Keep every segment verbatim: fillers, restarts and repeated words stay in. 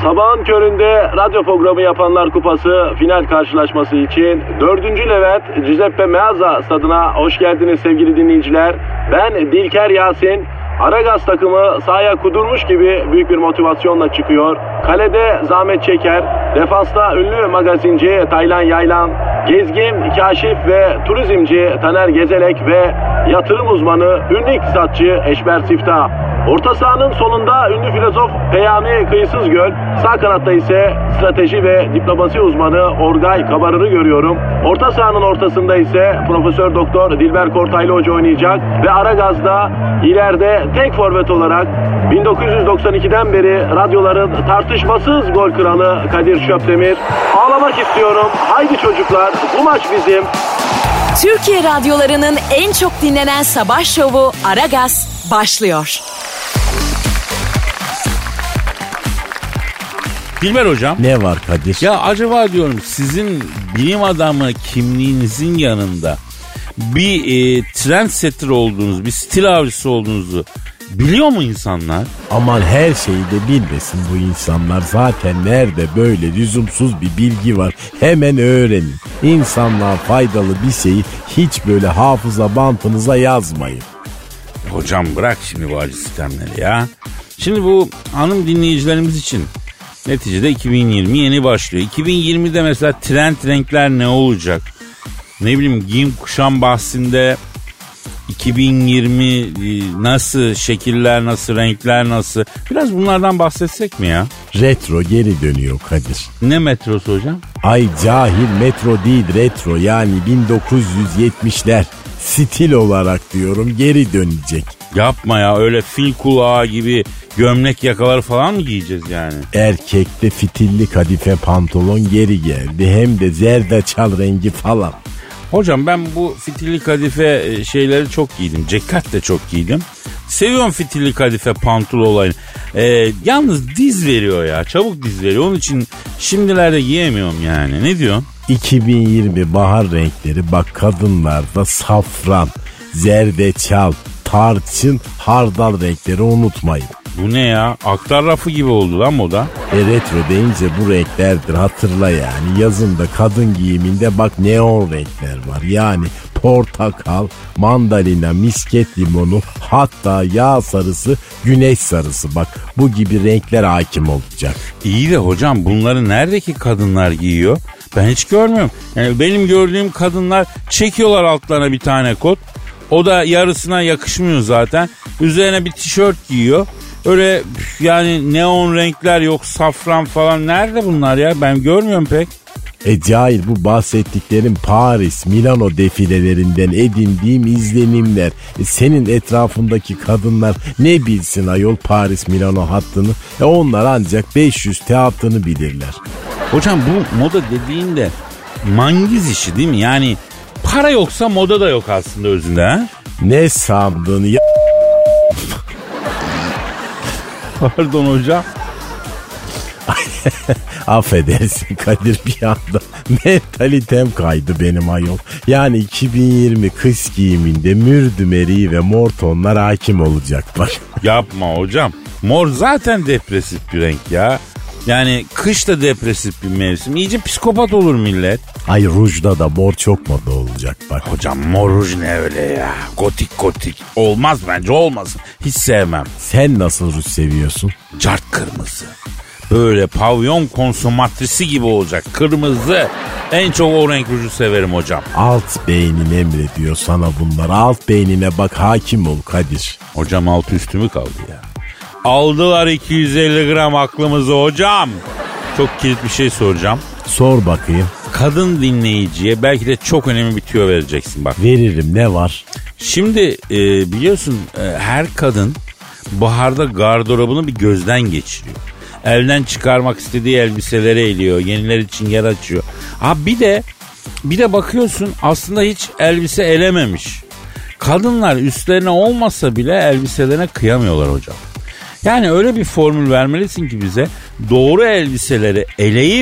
Sabahın köründe radyo programı yapanlar kupası final karşılaşması için dördüncü Levent Giuseppe Meazza stadına hoş geldiniz sevgili dinleyiciler. Ben Dilker Yasin. Aragaz takımı sahaya kudurmuş gibi büyük bir motivasyonla çıkıyor. Kalede zahmet çeker. Defansta ünlü magazinci Taylan Yaylan, gezgin, kaşif ve turizmci Taner Gezelek ve yatırım uzmanı ünlü iktisatçı Eşber Siftah. Orta sahanın solunda ünlü filozof Peyami Kıyısızgöl, sağ kanatta ise strateji ve diplomasi uzmanı Orgay Kabarır'ı görüyorum. Orta sahanın ortasında ise Profesör Doktor Dilber Kortaylı Hoca oynayacak ve Aragaz'da ileride tek forvet olarak bin dokuz yüz doksan ikiden beri radyoların tartışmasız gol kralı Kadir Şöpdemir. Ağlamak istiyorum. Haydi çocuklar, bu maç bizim. Türkiye radyolarının en çok dinlenen sabah şovu Aragaz başlıyor. Dilber hocam. Ne var Kadir? Ya acaba diyorum sizin bilim adamı kimliğinizin yanında bir e, trendsetter olduğunuz, bir stil avcısı olduğunuzu biliyor mu insanlar? Aman her şeyi de bilmesin bu insanlar. Zaten nerede böyle lüzumsuz bir bilgi var hemen öğrenin. İnsanlığa faydalı bir şeyi hiç böyle hafıza bantınıza yazmayın. Hocam bırak şimdi bu acı sistemleri ya. Şimdi bu hanım dinleyicilerimiz için neticede iki bin yirmi yeni başlıyor. iki bin yirmide mesela trend renkler ne olacak? Ne bileyim giyim kuşam bahsinde iki bin yirmi nasıl, şekiller nasıl, renkler nasıl? Biraz bunlardan bahsetsek mi ya? Retro geri dönüyor Kadir. Ne metrosu hocam? Ay cahil, metro değil retro, yani bin dokuz yüz yetmişler. Stil olarak diyorum geri dönecek. Yapma ya, öyle fil kulağı gibi gömlek yakaları falan mı giyeceğiz yani? Erkekte fitilli kadife pantolon geri geldi, hem de zerdeçal rengi falan. Hocam ben bu fitilli kadife şeyleri çok giydim. Ceket de çok giydim. Seviyorum fitilli kadife pantolon olayını. Ee, yalnız diz veriyor ya. Çabuk diz veriyor. Onun için şimdilerde giyemiyorum yani. Ne diyorsun? iki bin yirmi bahar renkleri bak, kadınlarda safran, zerdeçal, tarçın, hardal renkleri unutmayın. Bu ne ya? Aktar rafı gibi oldu lan moda. E retro deyince bu renklerdir, hatırla yani. Yazında kadın giyiminde bak neon renkler var. Yani portakal, mandalina, misket limonu, hatta yağ sarısı, güneş sarısı. Bak bu gibi renkler hakim olacak. İyi de hocam bunları neredeki kadınlar giyiyor? Ben hiç görmüyorum. Yani benim gördüğüm kadınlar çekiyorlar altlarına bir tane kot. O da yarısına yakışmıyor zaten. Üzerine bir tişört giyiyor. Öyle yani neon renkler yok, safran falan. Nerede bunlar ya? Ben görmüyorum pek. E cahil, bu bahsettiklerim Paris, Milano defilelerinden edindiğim izlenimler. E senin etrafındaki kadınlar ne bilsin ayol Paris, Milano hattını? E onlar ancak beş yüz T hattını bilirler. Hocam bu moda dediğinde mangiz işi değil mi? Yani para yoksa moda da yok aslında özünde ha? Ne sandın ya? Pardon hocam. Affedersin Kadir, bir anda mentalitem kaydı benim ayol. Yani iki bin yirmi kış giyiminde mürdümeri ve mor tonlar hakim olacaklar. Yapma hocam. Mor zaten depresif bir renk ya. Yani kış da depresif bir mevsim. İyice psikopat olur millet. Ay rujda da mor çok moda olacak bak. Hocam mor ruj ne öyle ya? Gotik gotik. Olmaz bence, olmasın. Hiç sevmem. Sen nasıl ruj seviyorsun? Cart kırmızı. Böyle pavyon konsomatrisi gibi olacak. Kırmızı. En çok o renk ruju severim hocam. Alt beynin emrediyor sana bunlar. Alt beynine bak, hakim ol Kadir. Hocam altı üstü mü kaldı ya? Aldılar iki yüz elli gram aklımızı hocam. Çok kilit bir şey soracağım. Sor bakayım. Kadın dinleyiciye belki de çok önemli bir tüyo vereceksin bak. Veririm, ne var? Şimdi e, biliyorsun e, her kadın baharda gardırobunu bir gözden geçiriyor. Elden çıkarmak istediği elbiseleri eliyor. Yeniler için yer açıyor. Ha bir de bir de bakıyorsun aslında hiç elbise elememiş. Kadınlar üstlerine olmasa bile elbiselerine kıyamıyorlar hocam. Yani öyle bir formül vermelisin ki bize doğru elbiseleri eleyip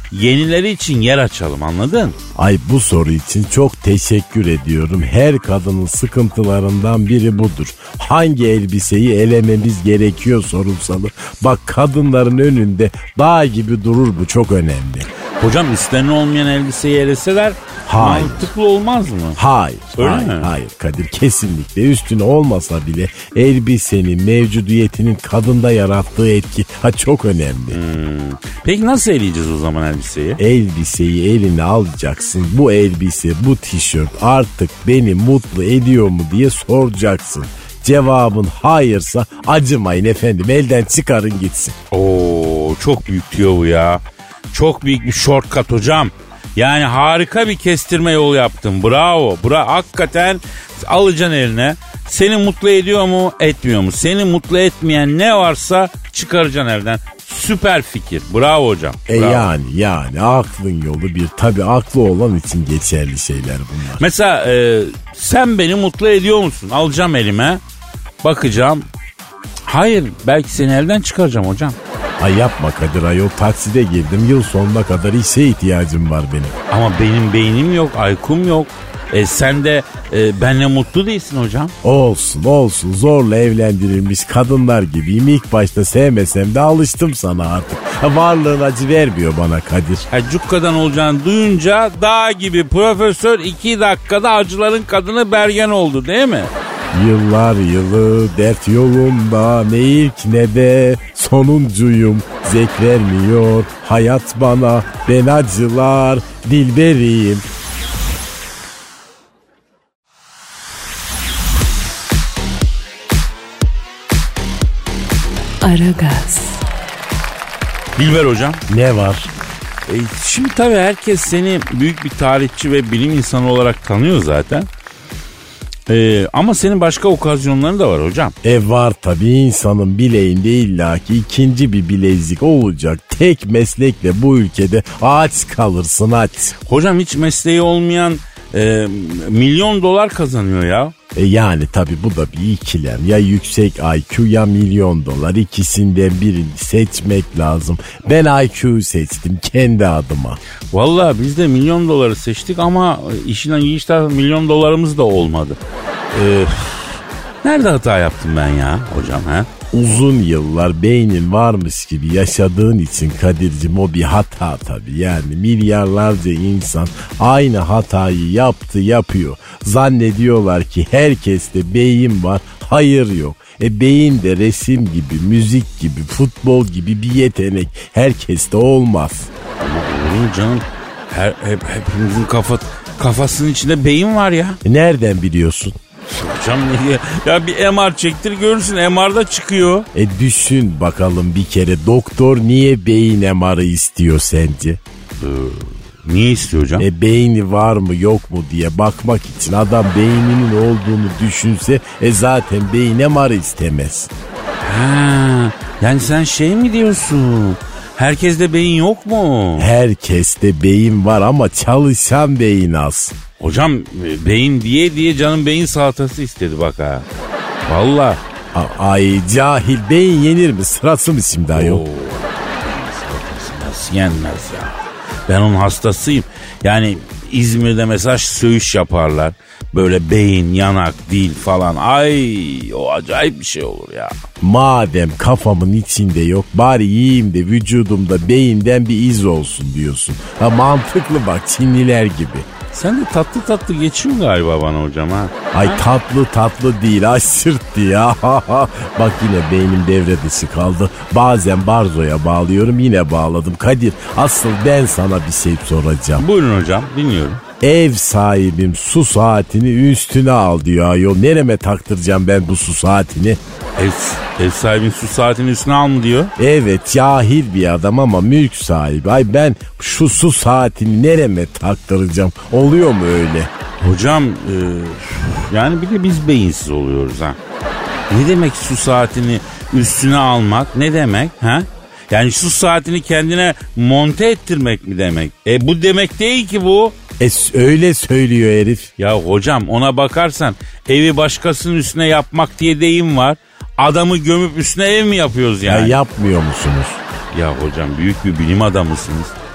yenileri için yer açalım, anladın? Ay bu soru için çok teşekkür ediyorum. Her kadının sıkıntılarından biri budur. Hangi elbiseyi elememiz gerekiyor sorulsalı. Bak kadınların önünde dağ gibi durur, bu çok önemli. Hocam üstlerine olmayan elbiseyi eleseler Hayır. mantıklı olmaz mı? Hayır, Öyle hayır, mi? hayır Kadir, kesinlikle üstüne olmasa bile elbisenin mevcudiyetinin kadında yarattığı etki ha çok önemli. Hmm. Peki nasıl eleyeceğiz o zaman elbiseyi? Elbiseyi eline alacaksın. Bu elbise, bu tişört artık beni mutlu ediyor mu diye soracaksın. Cevabın hayırsa acımayın efendim, elden çıkarın gitsin. Oo, çok büyük diyor bu ya. Çok büyük bir shortcut hocam. Yani harika bir kestirme yolu yaptın. Bravo. Bra hakikaten alacaksın eline. Seni mutlu ediyor mu, etmiyor mu? Seni mutlu etmeyen ne varsa çıkaracaksın evden. Süper fikir. Bravo hocam. E Bravo. yani yani aklın yolu bir. Tabii aklı olan için geçerli şeyler bunlar. Mesela e, sen beni mutlu ediyor musun? Alacağım elime. Bakacağım. Hayır, belki seni elden çıkaracağım hocam. Ay yapma Kadir ayol, takside girdim, yıl sonuna kadar işe ihtiyacım var benim. Ama benim beynim yok, I Q'm yok. E, sen de e, benle mutlu değilsin hocam. Olsun olsun, zorla evlendirilmiş kadınlar gibiyim. İlk başta sevmesem de alıştım sana artık. Ha, varlığın acı vermiyor bana Kadir. Ha, cukkadan olacağını duyunca dağ gibi profesör iki dakikada acıların kadını Bergen oldu değil mi? Yıllar yılı dert yolunda, ne ilk ne de sonuncuyum. Zevk vermiyor hayat bana, ben acılar dilberiyim. Aragaz. Dilber hocam. Ne var? E, şimdi tabii herkes seni büyük bir tarihçi ve bilim insanı olarak tanıyor zaten. E, ama senin başka okazyonların da var hocam. E var tabii, insanın bileğinde illaki ikinci bir bilezik olacak. Tek meslekle bu ülkede aç kalırsın aç. Hocam hiç mesleği olmayan e, milyon dolar kazanıyor ya. E yani tabii bu da bir ikilem. Ya yüksek I Q ya milyon dolar. İkisinden birini seçmek lazım. Ben I Q'yu seçtim kendi adıma. Vallahi biz de milyon doları seçtik ama işin ilginç tarafı milyon dolarımız da olmadı. Ee, nerede hata yaptım ben ya hocam ha? Uzun yıllar beynin varmış gibi yaşadığın için Kadir'cim, o bir hata tabii. Yani milyarlarca insan aynı hatayı yaptı yapıyor. Zannediyorlar ki herkeste beyin var. Hayır yok. E beyin de resim gibi, müzik gibi, futbol gibi bir yetenek. Herkeste olmaz. Ama olur mu canım? Her, hep, hepimizin kafa, kafasının içinde beyin var ya. E nereden biliyorsun? Hocam ne ya? Ya bir M R çektir görürsün, M R'da çıkıyor. E düşün bakalım bir kere, doktor niye beyin M R'ı istiyor sence? Ee, niye istiyor hocam? E beyni var mı yok mu diye bakmak için. Adam beyninin olduğunu düşünse e zaten beyin M R'ı istemez. Ha, yani sen şey mi diyorsun? Herkeste beyin yok mu? Herkeste beyin var ama çalışan beyin az. Hocam beyin diye diye canım beyin salatası istedi bak ha. Vallahi. Ay cahil, beyin yenir mi? Sırası mı şimdi ayol? Oo, nasıl yenmez ya? Ben onun hastasıyım. Yani İzmir'de mesela söğüş yaparlar. Böyle beyin, yanak, dil falan. Ay o acayip bir şey olur ya. Madem kafamın içinde yok, bari yiyeyim de vücudumda beyinden bir iz olsun diyorsun. Ha mantıklı bak, Çinliler gibi. Sen de tatlı tatlı geçiyorsun galiba bana hocam ha. Ay tatlı tatlı değil, aşırttı ya. Bak yine beynim devre dışı kaldı. Bazen barzoya bağlıyorum, yine bağladım. Kadir, asıl ben sana bir şey soracağım. Buyurun hocam, dinliyorum. Ev sahibim su saatini üstüne al diyor ayol. Nereme taktıracağım ben bu su saatini? Ev, ev sahibin su saatinin üstüne al mı diyor? Evet, cahil bir adam ama mülk sahibi. Ay ben şu su saatini nereme taktıracağım? Oluyor mu öyle? Hocam e, yani bir de biz beyinsiz oluyoruz ha. Ne demek su saatini üstüne almak, ne demek ha? Yani su saatini kendine monte ettirmek mi demek? E bu demek değil ki bu. E öyle söylüyor herif. Ya hocam ona bakarsan evi başkasının üstüne yapmak diye deyim var. Adamı gömüp üstüne ev mi yapıyoruz yani? Ya yapmıyor musunuz? Ya hocam büyük bir bilim adamısınız.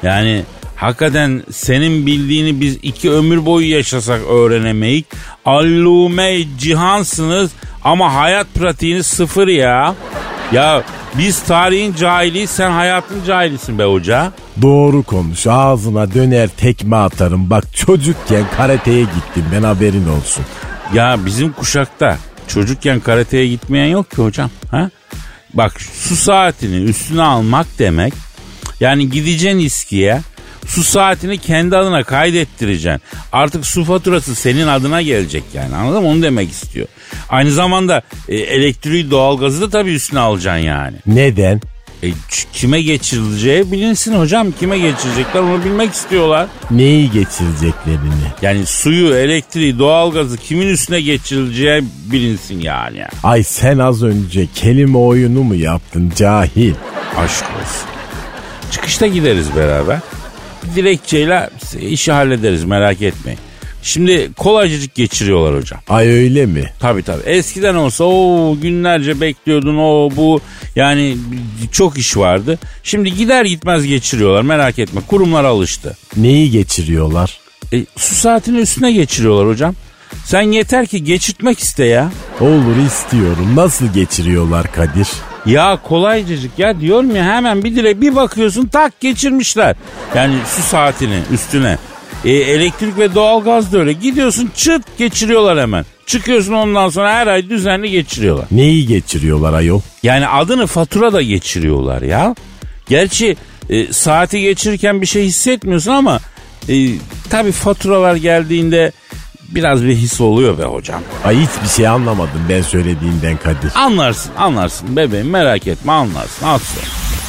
Yani hakikaten senin bildiğini biz iki ömür boyu yaşasak öğrenemeyik. Allume cihansınız ama hayat pratiğiniz sıfır ya. Ya biz tarihin cahiliyiz, sen hayatın cahilisin be hoca. Doğru konuş, ağzına döner tekme atarım. Bak çocukken karateye gittim ben, haberin olsun. Ya bizim kuşakta çocukken karateye gitmeyen yok ki hocam. Ha? Bak su saatini üstüne almak demek, yani gideceksin İSKİ'ye, su saatini kendi adına kaydettireceksin. Artık su faturası senin adına gelecek yani, anladın mı? Onu demek istiyor. Aynı zamanda e, elektriği, doğalgazı da tabii üstüne alacaksın yani. Neden? E, kime geçirileceği bilinsin hocam. Kime geçirecekler onu bilmek istiyorlar. Neyi geçireceklerini? Yani suyu, elektriği, doğalgazı kimin üstüne geçirileceği bilinsin yani. Ay sen az önce kelime oyunu mu yaptın cahil? Aşk olsun. Çıkışta gideriz beraber. Bir dilekçeyle işi hallederiz, merak etmeyin. Şimdi kolaycık geçiriyorlar hocam. Ay öyle mi? Tabii tabii. Eskiden olsa o günlerce bekliyordun, o bu, yani çok iş vardı. Şimdi gider gitmez geçiriyorlar, merak etme. Kurumlar alıştı. Neyi geçiriyorlar? E, su saatini üstüne geçiriyorlar hocam. Sen yeter ki geçirtmek iste ya. Olur, istiyorum. Nasıl geçiriyorlar Kadir? Ya kolaycacık ya, diyorum ya, hemen bir dire bir bakıyorsun tak geçirmişler. Yani su saatini üstüne. E, elektrik ve doğalgaz da öyle. Gidiyorsun çıt geçiriyorlar hemen. Çıkıyorsun ondan sonra her ay düzenli geçiriyorlar. Neyi geçiriyorlar ayol? Yani adını fatura da geçiriyorlar ya. Gerçi e, saati geçirirken bir şey hissetmiyorsun ama e, tabii faturalar geldiğinde biraz bir his oluyor be hocam. Ay hiçbir şey anlamadım ben söylediğinden Kadir. Anlarsın anlarsın bebeğim, merak etme, anlarsın. Az sonra.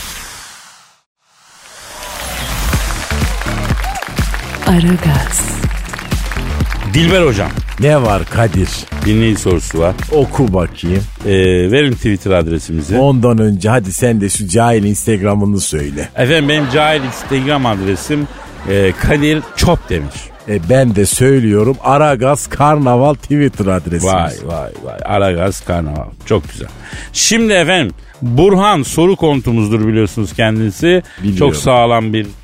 Aragaz. Dilber hocam. Ne var Kadir? Dinleyici sorusu var. Oku bakayım. Ee, verin Twitter adresimizi. Ondan önce hadi sen de şu cahil Instagram'ını söyle. Efendim benim cahil Instagram adresim e, Kadir Çopdemir. E ben de söylüyorum, Aragaz Karnaval Twitter adresimiz. Vay vay vay, Aragaz Karnaval, çok güzel. Şimdi efendim Burhan soru kontumuzdur, biliyorsunuz kendisi. Biliyorum. Çok sağlam bir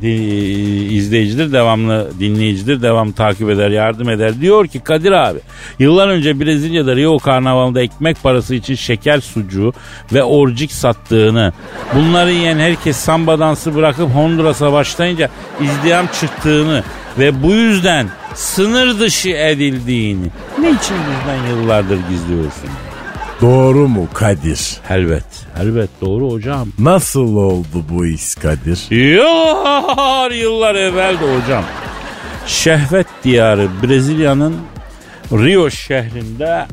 izleyicidir, devamlı dinleyicidir, devamlı takip eder, yardım eder. Diyor ki Kadir abi, yıllar önce Brezilya'da Rio Karnavalı'nda ekmek parası için şeker sucuğu ve orcik sattığını, bunları yiyen herkes samba dansı bırakıp Honduras'a başlayınca izdiham çıktığını ve bu yüzden sınır dışı edildiğini ne için bizden yıllardır gizliyorsun? Doğru mu Kadir? Elbet, elbet doğru hocam. Nasıl oldu bu iş Kadir? Yıllar yıllar evveldi hocam. Şehvet diyarı Brezilya'nın Rio şehrinde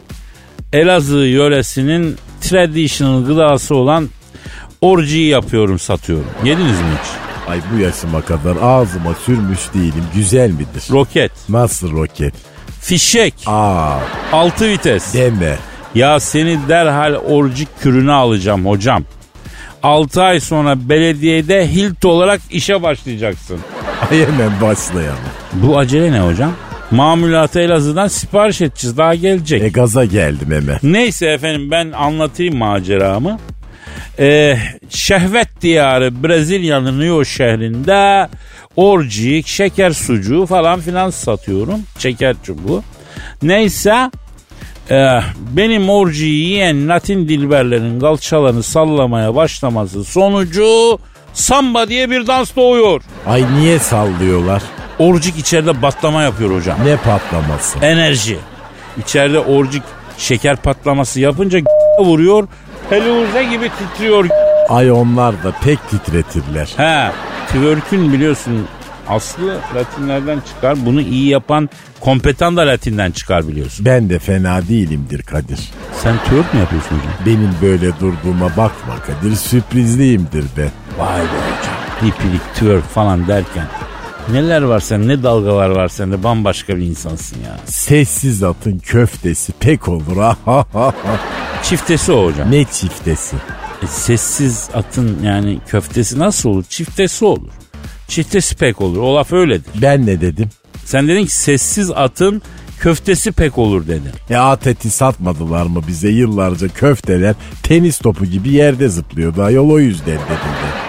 Elazığ yöresinin traditional gıdası olan orciyi yapıyorum, satıyorum. Yediniz mi hiç? Ay bu yaşıma kadar ağzıma sürmüş değilim. Güzel midir? Roket. Nasıl roket? Fişek. Aa. Altı vites. Deme. Ya seni derhal orcik kürüne alacağım hocam. altı ay sonra belediyede hilt olarak işe başlayacaksın. Ay hemen başlayalım. Bu acele ne hocam? Mamulatı Elazığ'dan sipariş edeceğiz, daha gelecek. E gaza geldim hemen. Neyse efendim ben anlatayım maceramı. Ee, şehvet diyarı Brezilya'nın Rio şehrinde orcik, şeker sucuğu falan filan satıyorum. Şeker çubuğu. Neyse e, benim orciyi yiyen Latin dilberlerin kalçalarını sallamaya başlaması sonucu samba diye bir dans doğuyor. Ay niye sallıyorlar? Orcik içeride patlama yapıyor hocam. Ne patlaması? Enerji. İçeride orcik şeker patlaması yapınca vuruyor. Peluze gibi titriyor. Ay onlar da pek titretirler. He, twerk'ün biliyorsun aslı Latinlerden çıkar. Bunu iyi yapan kompetan da Latin'den çıkar biliyorsun. Ben de fena değilimdir Kadir. Sen twerk mi yapıyorsun hocam? Benim böyle durduğuma bakma Kadir, sürprizliyimdir be. Vay be hocam. Hipilik, twerk falan derken neler var sen, ne dalgalar var sende, bambaşka bir insansın ya. Sessiz atın köftesi pek olur ha. Çiftesi o hocam. Ne çiftesi? E, sessiz atın yani köftesi nasıl olur? Çiftesi olur. Çiftesi pek olur. O laf öyledir. Ben ne dedim? Sen dedin ki sessiz atın köftesi pek olur dedin. E at eti satmadılar mı bize yıllarca, köfteler tenis topu gibi yerde zıplıyordu ayol, o yüzden dedim de.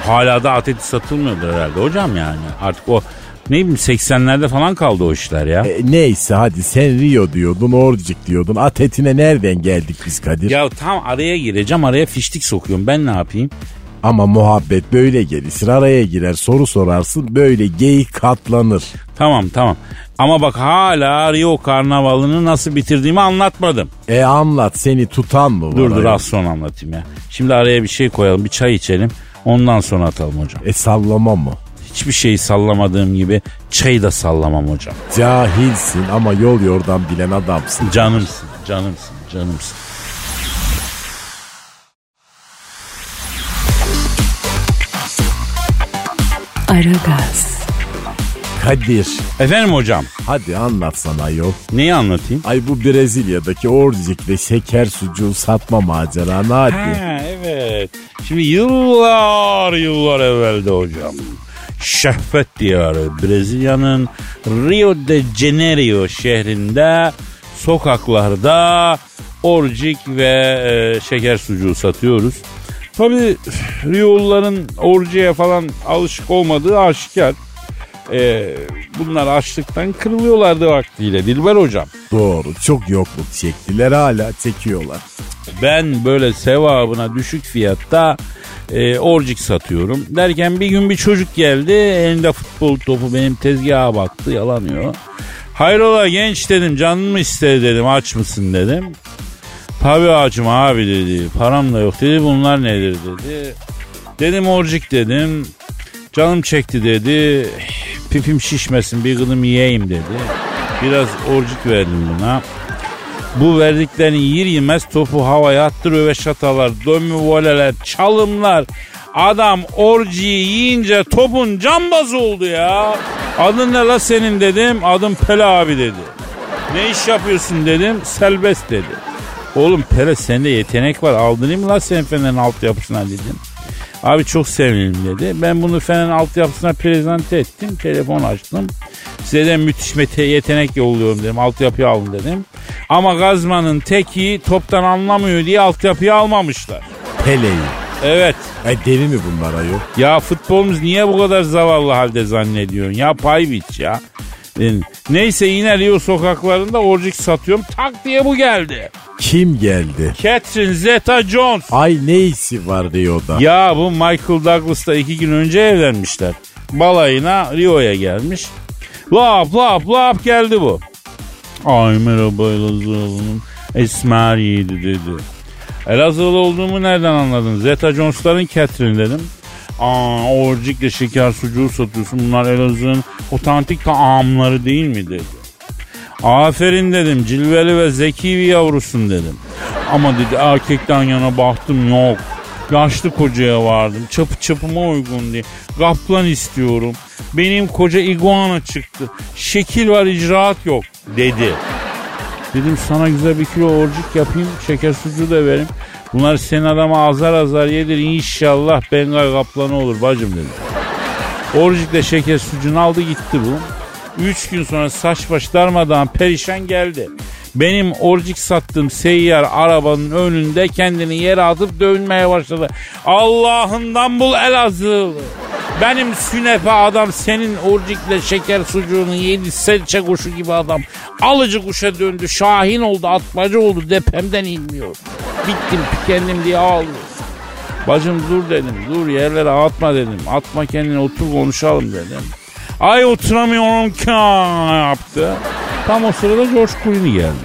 Hala da at eti satılmıyordur herhalde hocam yani. Artık o ne bileyim seksenlerde falan kaldı o işler ya. E, neyse hadi sen Rio diyordun, orcik diyordun. At etine nereden geldik biz Kadir? Ya tam araya gireceğim, araya fiştik sokuyorum, ben ne yapayım? Ama muhabbet böyle gelişir, araya girer, soru sorarsın, böyle geyik katlanır. Tamam tamam ama bak hala Rio Karnavalı'nı nasıl bitirdiğimi anlatmadım. E anlat, seni tutan mı var? Dur dur az sonra anlatayım ya. Şimdi araya bir şey koyalım, bir çay içelim, ondan sonra atalım hocam. E sallama mı? Hiçbir şeyi sallamadığım gibi çayı da sallamam hocam. Cahilsin ama yol yordan bilen adamsın. Canımsın, canımsın, canımsın. Aragaz. Kadir. Efendim hocam. Hadi anlat sana yol. Neyi anlatayım? Ay bu Brezilya'daki orcik ve şeker sucuğu satma maceranı hadi. Ha evet. Şimdi yıllar yıllar evvelde hocam. Şehvet diyarı Brezilya'nın Rio de Janeiro şehrinde sokaklarda orcik ve e, şeker sucuğu satıyoruz. Tabii Rio'luların orciye falan alışık olmadığı aşikar. Ee, bunlar açlıktan kırılıyorlardı vaktiyle Dilber hocam. Doğru, çok yokluk çektiler, hala çekiyorlar. Ben böyle sevabına düşük fiyatta e, orcik satıyorum. Derken bir gün bir çocuk geldi, elinde futbol topu, benim tezgaha baktı, yalanıyor. Hayrola genç dedim, canın mı istedi dedim, aç mısın dedim. Tabii açım abi dedi, param da yok dedi, bunlar nedir dedi. Dedim orcik dedim, canım çekti dedi, pipim şişmesin bir gıdım yiyeyim dedi. Biraz orcik verdim buna. Bu verdiklerini yer yemez topu havaya attı, röveşatalar, dönmü voleler, çalımlar. Adam orciyi yiyince topun cambaz oldu ya. Adın ne la senin dedim, adım Pele abi dedi. Ne iş yapıyorsun dedim, serbest dedi. Oğlum Pele sende yetenek var, aldırayım mı la sen Fener'in altyapısına dedim. Abi çok sevinirim dedi. Ben bunu Fener'in altyapısına prezente ettim. Telefon açtım. Size de müthiş yetenek yolluyorum dedim. Altyapıyı alın dedim. Ama Gazman'ın teki toptan anlamıyor diye altyapıyı almamışlar. Pele'yi. Evet. Ay deli mi bunlar ayol? Ya futbolumuz niye bu kadar zavallı halde zannediyorsun? Ya pay biç ya. Neyse yine Rio sokaklarında orcik satıyorum. Tak diye bu geldi. Kim geldi? Catherine Zeta-Jones. Ay ne işi var Rio'da? Ya bu Michael Douglas'la iki gün önce evlenmişler. Balayına Rio'ya gelmiş. Lap lap lap geldi bu. Ay merhaba Elazığlı'nın esmer yiğidi dedi. Elazığlı olduğumu nereden anladın? Zeta-Jones'ların Catherine dedim. Aa orcikle şeker sucuğu satıyorsun. Bunlar Elazığ'ın otantik taamları değil mi dedi. Aferin dedim, cilveli ve zeki bir yavrusun dedim. Ama dedi erkekten yana baktım yok. Yaşlı kocaya vardım, çapı çapıma uygun diye. Kaplan istiyorum. Benim koca iguana çıktı. Şekil var, icraat yok dedi. Dedim sana güzel bir kilo orcik yapayım, şeker sucuğu da vereyim. Bunlar senin adama azar azar yedir, inşallah Bengal kaplanı olur bacım dedim. Orcikle şeker sucuğunu aldı gitti bu. Üç gün sonra saç baş darmadan perişan geldi. Benim orcik sattığım seyyar arabanın önünde kendini yere atıp dövünmeye başladı. Allah'ından bul Elazığlı. Benim sünepe adam senin orcikle şeker sucuğunu yedi, serçe kuşu gibi adam. Alıcı kuşa döndü, şahin oldu, atmaca oldu, depemden inmiyor. Bittim tükendim diye ağlıyor. Bacım dur dedim, dur yerlere atma dedim. Atma kendini, otur konuşalım dedim. Ay oturamıyorum ki yaptı. Tam o sırada George Clooney geldi.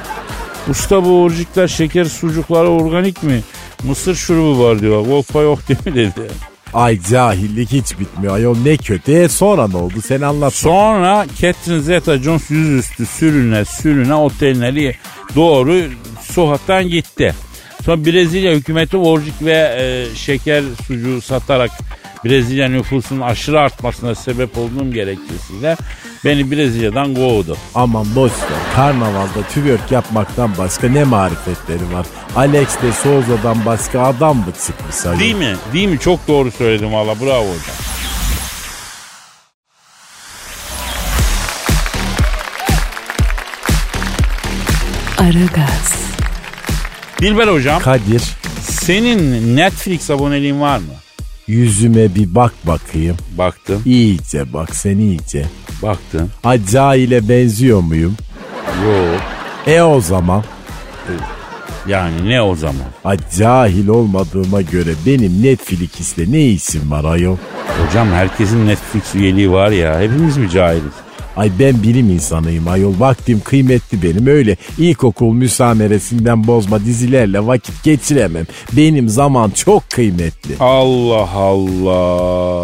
Usta bu orcikler şeker sucukları organik mi? Mısır şurubu var diyor. Volpa yok değil mi dedi. Ay cahillik hiç bitmiyor ayol, ne kötü. E sonra ne oldu sen anlat. Sonra Catherine Zeta-Jones yüzüstü sürüne sürüne oteline doğru sokaktan gitti. Sonra Brezilya hükümeti orcik ve e, şeker sucuğu satarak Brezilya nüfusunun aşırı artmasına sebep olduğum gerekçesiyle beni Brezilya'dan kovdu. Aman boş ver. Karnavalda twerk yapmaktan başka ne marifetleri var? Alex de Souza'dan başka adam mı çıkmış ayol? Değil mi? Değil mi? Çok doğru söyledim valla. Bravo hocam. Aragaz. Dilber hocam. Kadir. Senin Netflix aboneliğin var mı? Yüzüme bir bak bakayım. Baktım. İyice bak, sen iyice. Baktım. Ay cahile benziyor muyum? Yok. E o zaman. Yani ne o zaman? Ay cahil olmadığıma göre benim Netflix'te ne işim var ayol? Hocam herkesin Netflix üyeliği var ya. Hepimiz mi cahiliz? Ay ben bilim insanıyım ayol. Vaktim kıymetli benim. Öyle ilkokul müsameresinden bozma dizilerle vakit geçiremem. Benim zaman çok kıymetli. Allah Allah.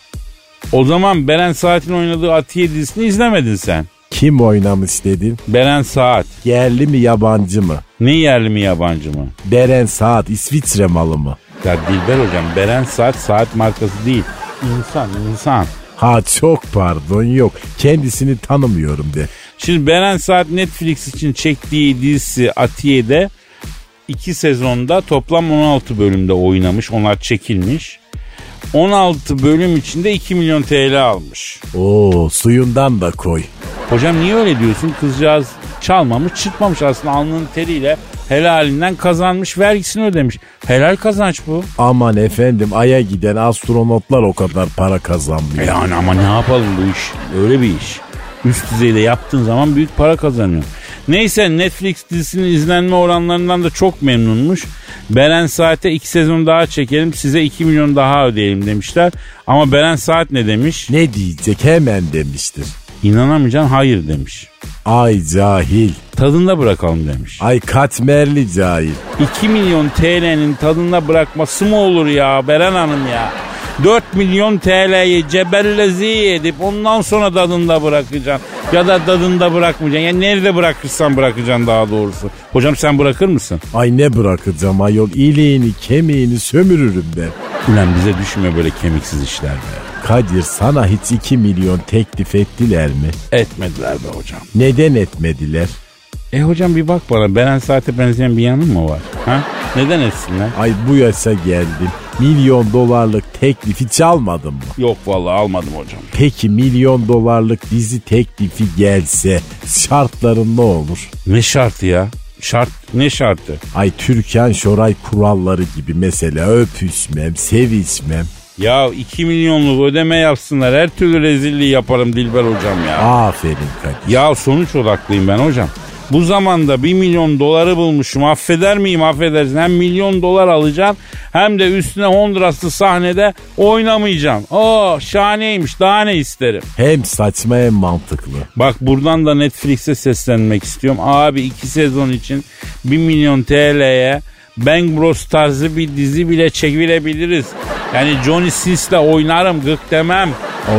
O zaman Beren Saat'in oynadığı Atiye dizisini izlemedin sen. Kim oynamış dedin? Beren Saat. Yerli mi yabancı mı? Ne yerli mi yabancı mı? Beren Saat İsviçre malı mı? Ya Dilber hocam, Beren Saat saat markası değil. İnsan, insan. Ha çok pardon, yok. Kendisini tanımıyorum de. Şimdi Beren Saat Netflix için çektiği dizisi Atiye'de iki sezonda toplam on altı bölümde oynamış. Onlar çekilmiş. on altı bölüm içinde iki milyon T L almış. Oo, suyundan da koy. Hocam niye öyle diyorsun? Kızcağız çalmamış, çırpmamış, aslında alnının teriyle helalinden kazanmış, vergisini ödemiş. Helal kazanç bu. Aman efendim, Ay'a giden astronotlar o kadar para kazanmıyor. Yani ama ne yapalım, bu iş öyle bir iş. Üst düzeyde yaptığın zaman büyük para kazanıyor. Neyse, Netflix dizisinin izlenme oranlarından da çok memnunmuş. Beren Saat'e iki sezon daha çekelim, size iki milyon daha ödeyelim demişler. Ama Beren Saat ne demiş? Ne diyecek, hemen demiştir. İnanamayacaksın, hayır demiş. Ay cahil. Tadında bırakalım demiş. Ay katmerli cahil. iki milyon T L'nin tadında bırakması mı olur ya Beren Hanım ya? dört milyon T L'yi cebellezi edip ondan sonra tadında bırakacaksın. Ya da tadında bırakmayacaksın. Yani nerede bırakırsan bırakacaksın daha doğrusu. Hocam sen bırakır mısın? Ay ne bırakacağım ayol, iliğini kemiğini sömürürüm ben. Ulan bize düşmüyor böyle kemiksiz işler be. Kadir, sana hiç iki milyon teklif ettiler mi? Etmediler be hocam. Neden etmediler? E hocam bir bak bana, Beren Saat'e benzeyen bir yanın mı var? Ha? Neden etsinler? Ay bu yaşa geldim. Milyon dolarlık teklifi çalmadın mı? Yok vallahi almadım hocam. Peki milyon dolarlık dizi teklifi gelse şartların ne olur? Ne şartı ya? Şart ne şartı? Ay Türkan Şoray kuralları gibi, mesela öpüşmem, sevişmem. Ya iki milyonluk ödeme yapsınlar, her türlü rezilliği yaparım Dilber hocam ya. Aferin Kadir. Ya sonuç odaklıyım ben hocam. Bu zamanda bir milyon doları bulmuşum, affeder miyim? Affedersin. Hem milyon dolar alacağım hem de üstüne Honduraslı sahnede oynamayacağım. Oo şahaneymiş, daha ne isterim? Hem saçma hem mantıklı. Bak buradan da Netflix'e seslenmek istiyorum. Abi iki sezon için bir milyon T L'ye Bang Bros tarzı bir dizi bile çevirebiliriz. Yani Johnny Sins'le oynarım, gık demem.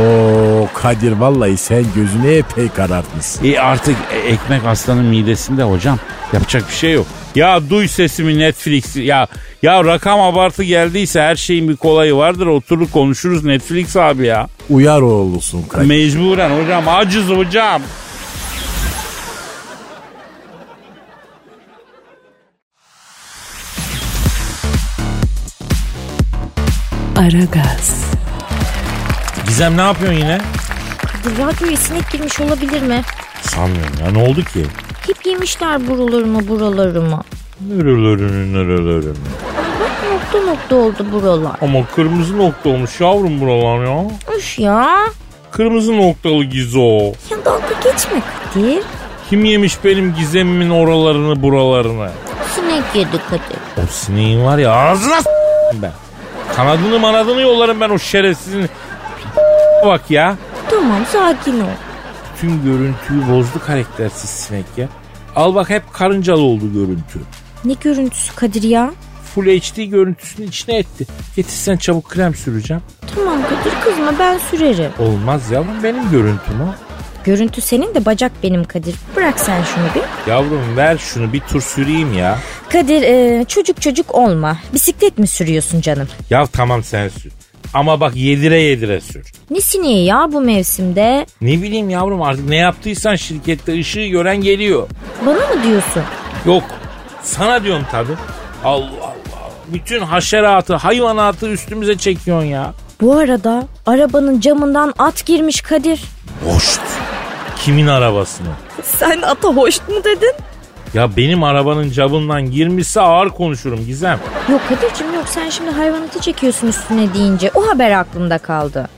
Oo Kadir, vallahi sen gözünü epey karartmışsın. E artık ekmek aslanın midesinde hocam. Yapacak bir şey yok. Ya duy sesimi Netflix. Ya ya rakam abartı geldiyse her şeyin bir kolayı vardır. Oturur konuşuruz Netflix abi ya. Uyar oğlusun Kadir. Mecburen hocam, aciz hocam. Aragaz. Gizem ne yapıyorsun yine? Radyoya sinek girmiş olabilir mi? Sanmıyorum ya, ne oldu ki? Hep yemişler buralarımı buralarımı. Nerelerini nerelerini. Bak nokta nokta oldu buralar. Ama kırmızı nokta olmuş yavrum buralar ya. Üf ya. Kırmızı noktalı Gizo. Ya dalga geçme Kadir. Kim yemiş benim Gizem'imin oralarını buralarını? Sinek yedi Kadir. O sineğin var ya ağzına s***im ben. Kanadını manadını yollarım ben o şerefsizin. Bak ya. Tamam sakin ol. Tüm görüntüyü bozdu karaktersiz sinek ya. Al bak, hep karıncalı oldu görüntü. Ne görüntüsü Kadir ya? Full H D görüntüsünü içine etti. Getirsen çabuk krem süreceğim. Tamam Kadir, kızma, ben sürerim. Olmaz yavrum, benim görüntüm o. Görüntü senin de bacak benim Kadir. Bırak sen şunu bir. Yavrum ver şunu, bir tur süreyim ya. Kadir e, çocuk çocuk olma. Bisiklet mi sürüyorsun canım? Ya tamam sen sür. Ama bak yedire yedire sür. Ne sineği ya bu mevsimde? Ne bileyim yavrum, artık ne yaptıysan şirkette ışığı gören geliyor. Bana mı diyorsun? Yok, sana diyorum tabii. Allah Allah. Bütün haşeratı, hayvanatı üstümüze çekiyorsun ya. Bu arada arabanın camından at girmiş Kadir. Hoşt. Kimin arabasını? Sen ata hoş mu dedin? Ya benim arabanın camından girmişse ağır konuşurum Gizem. Yok Kadir'cim yok, sen şimdi hayvanatı çekiyorsun üstüne deyince o haber aklımda kaldı.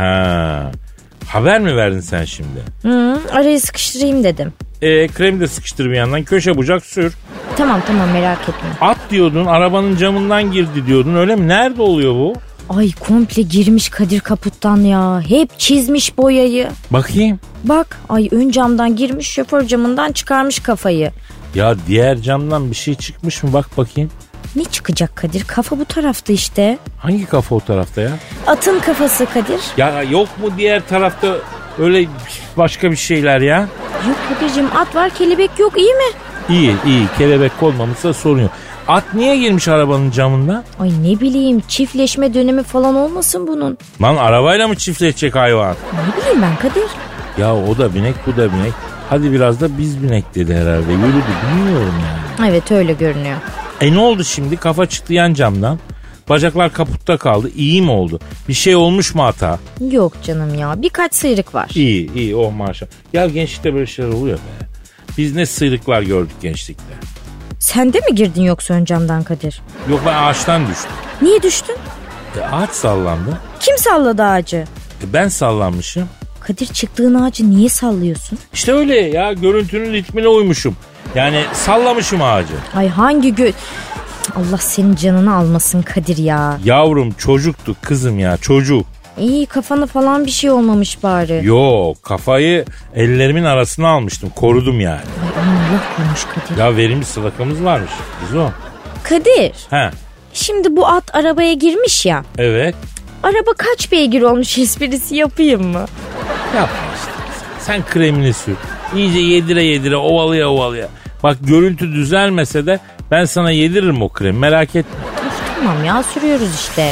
Ha. Haber mi verdin sen şimdi? Hı, arayı sıkıştırayım dedim. E kremi de sıkıştır bir yandan, köşe bucak sür. Tamam tamam merak etme. At diyordun, arabanın camından girdi diyordun, öyle mi? Nerede oluyor bu? Ay komple girmiş Kadir kaputtan ya. Hep çizmiş boyayı. Bakayım. Bak ay ön camdan girmiş, şoför camından çıkarmış kafayı. Ya diğer camdan bir şey çıkmış mı, bak bakayım. Ne çıkacak Kadir? Kafa bu tarafta işte. Hangi kafa o tarafta ya? Atın kafası Kadir. Ya yok mu diğer tarafta öyle başka bir şeyler ya? Yok Kadir'cim, at var kelebek yok, iyi mi? İyi iyi, kelebek olmamışsa sorun yok. At niye girmiş arabanın camından? Ay ne bileyim, çiftleşme dönemi falan olmasın bunun. Lan arabayla mı çiftleşecek hayvan? Ne bileyim ben Kadir. Ya o da binek bu da binek. Hadi biraz da biz binek dedi herhalde. Yürüdü, bilmiyorum yani. Evet öyle görünüyor. E ne oldu şimdi? Kafa çıktı yan camdan. Bacaklar kaputta kaldı. İyi mi oldu? Bir şey olmuş mu ata? Yok canım ya, birkaç sıyrık var. İyi iyi, oh maşallah. Ya gençlikte böyle şeyler oluyor be. Biz ne sıyrıklar gördük gençlikte. Sen de mi girdin yoksa ön camdan Kadir? Yok, ben ağaçtan düştüm. Niye düştün? E, ağaç sallandı. Kim salladı ağacı? E, ben sallanmışım. Kadir çıktığın ağacı niye sallıyorsun? İşte öyle ya, görüntünün ritmine uymuşum. Yani sallamışım ağacı. Ay hangi gö... Allah senin canını almasın Kadir ya. Yavrum çocuktu kızım ya, çocuk. İyi, kafana falan bir şey olmamış bari. Yok, kafayı ellerimin arasına almıştım, korudum yani. Ay Allah konuş Kadir. Ya verimli sadakamız varmış biz o. Kadir. He. Şimdi bu at arabaya girmiş ya. Evet. Araba kaç beygir olmuş esprisi yapayım mı? Yapma işte. Sen kremini sür. İyice yedire yedire, ovalıya ovalıya. Bak görüntü düzelmese de ben sana yediririm o kremi, merak etme. Of, tamam ya, sürüyoruz işte.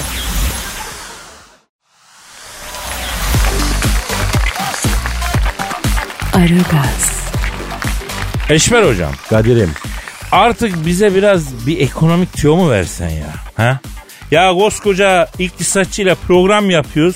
Aragaz. Eşmer hocam. Kadir'im. Artık bize biraz bir ekonomik tüyo mu versen ya? Ha? Ya koskoca iktisatçıyla program yapıyoruz.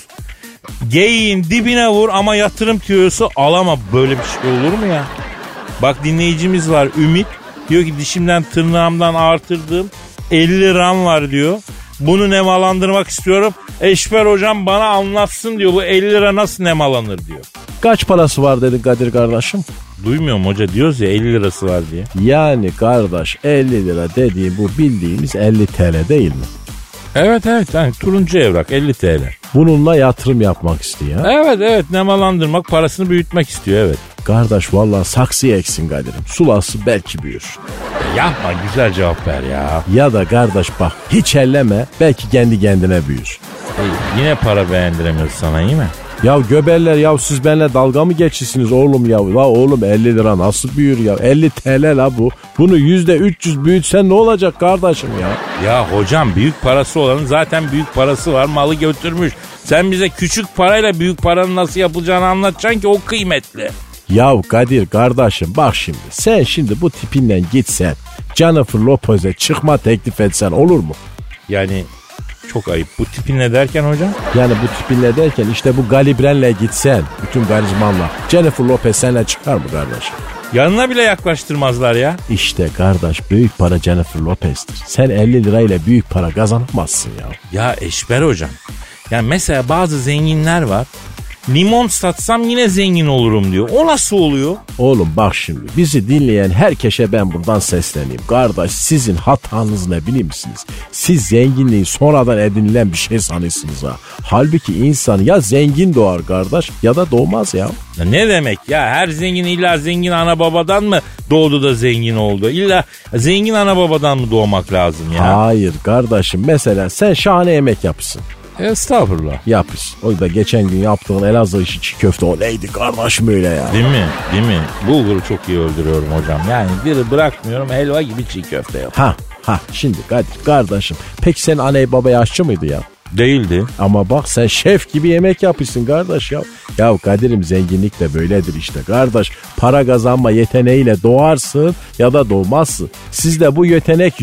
Geyiğin dibine vur ama yatırım tüyosu alama. Böyle bir şey olur mu ya? Bak dinleyicimiz var Ümit. Diyor ki dişimden tırnağımdan artırdığım elli ram var diyor. Bunu nemalandırmak istiyorum. Eşber hocam bana anlatsın diyor. Bu elli lira nasıl nemalanır diyor. Kaç parası var dedin Kadir kardeşim? Duymuyorum hoca, diyoruz ya elli lirası var diye. Yani kardeş elli lira dediği bu bildiğimiz elli T L değil mi? Evet evet, yani turuncu evrak elli T L. Bununla yatırım yapmak istiyor. Evet evet, nemalandırmak, parasını büyütmek istiyor, evet. Kardeş vallahi saksıya eksin Kadir'im. Sulası belki büyür. Ya yapma, güzel cevap ver ya. Ya da kardeş bak hiç elleme, belki kendi kendine büyür. E, yine para beğendiremiyoruz sana, iyi mi? Ya göberler ya, siz benimle dalga mı geçirsiniz oğlum ya? La oğlum elli lira nasıl büyür ya? elli T L la bu. Bunu yüzde üç yüz büyütsen ne olacak kardeşim ya? Ya hocam, büyük parası olanın zaten büyük parası var, malı götürmüş. Sen bize küçük parayla büyük paranın nasıl yapılacağını anlatacaksın ki o kıymetli. Ya Kadir kardeşim bak şimdi, sen şimdi bu tipinle gitsen Jennifer Lopez'e çıkma teklif etsen olur mu? Yani çok ayıp. Bu tipin ne derken hocam? Yani bu tipinle derken işte bu galibrenle gitsen bütün karizmanla Jennifer Lopez seninle çıkar mı kardeşim? Yanına bile yaklaştırmazlar ya. İşte kardeş büyük para Jennifer Lopez'tir. Sen elli lirayla büyük para kazanamazsın ya. Ya Eşber hocam. Ya mesela bazı zenginler var. Limon satsam yine zengin olurum diyor. O nasıl oluyor? Oğlum bak şimdi bizi dinleyen herkese ben buradan sesleneyim. Kardeş sizin hatanız ne biliyor musunuz? Siz zenginliği sonradan edinilen bir şey sanıyorsunuz ha. Halbuki insan ya zengin doğar kardeş ya da doğmaz ya. Ya ne demek ya? Her zengin illa zengin ana babadan mı doğdu da zengin oldu? İlla zengin ana babadan mı doğmak lazım ya? Hayır kardeşim, mesela sen şahane yemek yapısın. Estağfurullah. Yapış. O da geçen gün yaptığın Elazığ işi çiğ köfte, o neydi kardeşim öyle ya. Değil mi? Değil mi? Bulguru çok iyi öldürüyorum hocam. Yani diri bırakmıyorum, helva gibi çiğ köfte yap. Ha ha şimdi Kadir kardeşim, peki senin anne baba yaşlı mıydı ya? Değildi. Ama bak sen şef gibi yemek yapıyorsun kardeş ya. Ya Kadir'im zenginlik de böyledir işte kardeş. Para kazanma yeteneğiyle doğarsın ya da doğmazsın. Sizde bu yetenek yok.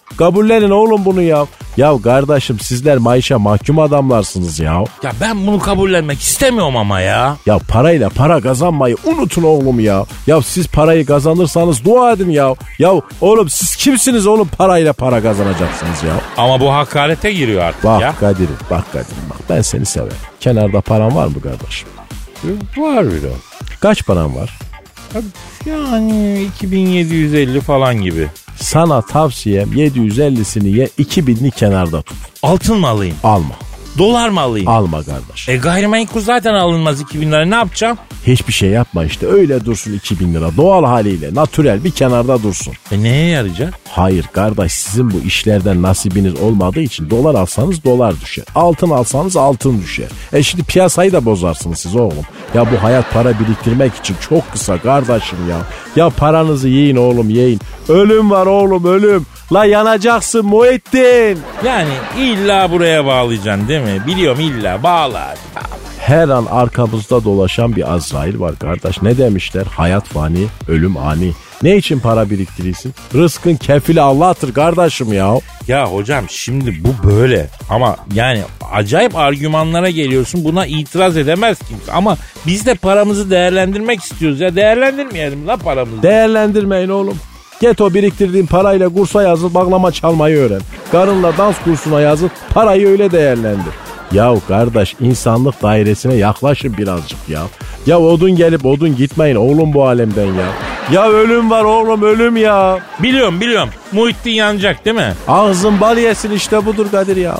Kabullenin oğlum bunu ya. Ya kardeşim sizler maişa mahkum adamlarsınız ya. Ya ben bunu kabullenmek istemiyorum ama ya. Ya parayla para kazanmayı unutun oğlum ya. Ya siz parayı kazanırsanız dua edin ya. Ya oğlum siz kimsiniz oğlum parayla para kazanacaksınız ya. Ama bu hakarete giriyor artık bak ya. Kadir'im bak Kadir'im bak ben seni severim. Kenarda paran var mı kardeşim? Var biraz. Kaç paran var? Yani iki bin yedi yüz elli falan gibi. Sana tavsiyem yedi yüz ellisini ye, iki binini kenarda tut. Altın mı alayım? Alma. Dolar mı alayım? Alma kardeş. E gayrimenkul zaten alınmaz iki bin lira, ne yapacağım? Hiçbir şey yapma işte, öyle dursun iki bin lira. Doğal haliyle, natürel bir kenarda dursun. E neye yarayacak? Hayır kardeş, sizin bu işlerden nasibiniz olmadığı için dolar alsanız dolar düşer. Altın alsanız altın düşer. E şimdi piyasayı da bozarsınız siz oğlum. Ya bu hayat para biriktirmek için çok kısa kardeşim ya. Ya paranızı yiyin oğlum, yiyin. Ölüm var oğlum, ölüm. La yanacaksın Muhittin. Yani illa buraya bağlayacaksın değil mi? Biliyorum, illa bağla. Her an arkamızda dolaşan bir Azrail var kardeş. Ne demişler? Hayat fani, ölüm ani. Ne için para biriktiriyorsun? Rızkın kefili Allah'tır kardeşim ya. Ya hocam şimdi bu böyle ama yani acayip argümanlara geliyorsun, buna itiraz edemez kimse. Ama biz de paramızı değerlendirmek istiyoruz ya, değerlendirmeyelim la paramızı. Değerlendirmeyin oğlum. Get o biriktirdiğin parayla kursa yazıl, bağlama çalmayı öğren. Karınla dans kursuna yazıl, parayı öyle değerlendir. Yahu kardeş, insanlık dairesine yaklaşın birazcık ya. Ya odun gelip odun gitmeyin oğlum bu alemden ya. Ya ölüm var oğlum, ölüm ya. Biliyorum biliyorum, Muhittin yanacak değil mi? Ağzın bal yesin, işte budur Kadir ya.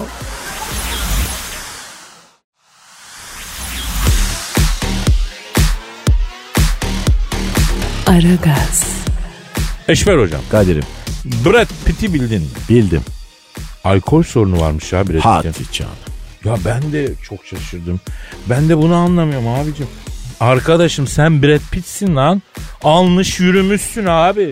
Aragaz. Eşber hocam. Kadir'im. Brad Pitt'i bildin mi? Bildim. Alkol sorunu varmış ya Brad Pitt'in. Hadi canım. Ya ben de çok şaşırdım. Ben de bunu anlamıyorum abicim. Arkadaşım sen Brad Pitt'sin lan. Almış yürümüşsün abi.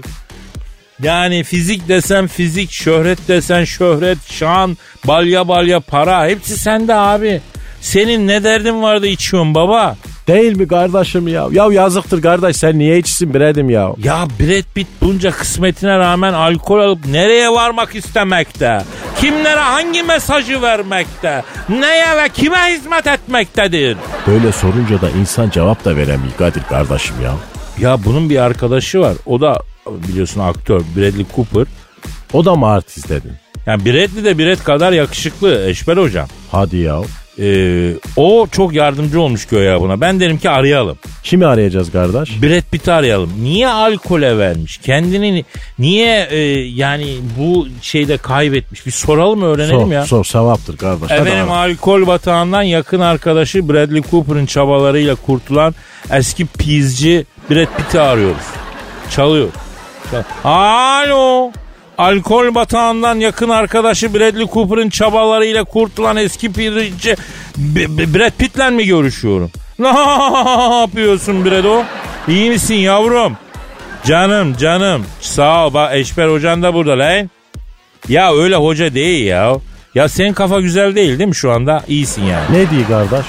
Yani fizik desen fizik, şöhret desen şöhret, şan, balya balya para, hepsi sende abi. Senin ne derdin vardı içiyorsun baba? Değil mi kardeşim ya? Ya yazıktır kardeş, sen niye içsin Brad'im ya? Ya Brad Pitt bunca kısmetine rağmen alkol alıp nereye varmak istemekte? Kimlere hangi mesajı vermekte? Neye ve kime hizmet etmektedir? Böyle sorunca da insan cevap da veremiyor Kadir kardeşim ya. Ya bunun bir arkadaşı var. O da biliyorsun aktör, Bradley Cooper. O da mı artist dedin? Yani Bradley de Brad kadar yakışıklı Eşber hocam. Hadi ya. Ee, o çok yardımcı olmuş göğe buna. Ben derim ki arayalım. Kimi arayacağız kardeş? Brad Pitt'i arayalım. Niye alkole vermiş? Kendini niye e, yani bu şeyde kaybetmiş? Bir soralım, öğrenelim sor, ya. Sor, sevaptır kardeş. Efendim, alkol batağından yakın arkadaşı Bradley Cooper'ın çabalarıyla kurtulan eski pizci Brad Pitt'i arıyoruz. Çalıyor. Çal- Alo. Alkol batağından yakın arkadaşı Bradley Cooper'ın çabalarıyla kurtulan eski pizci B- B- Brad Pitt'le mi görüşüyorum? Ne yapıyorsun Brado? İyi misin yavrum? Canım canım. Sağ ol. Bak Eşber hocan da burada lan. Ya öyle hoca değil ya. Ya senin kafa güzel değil değil mi şu anda? İyisin yani. Ne diyor kardeş?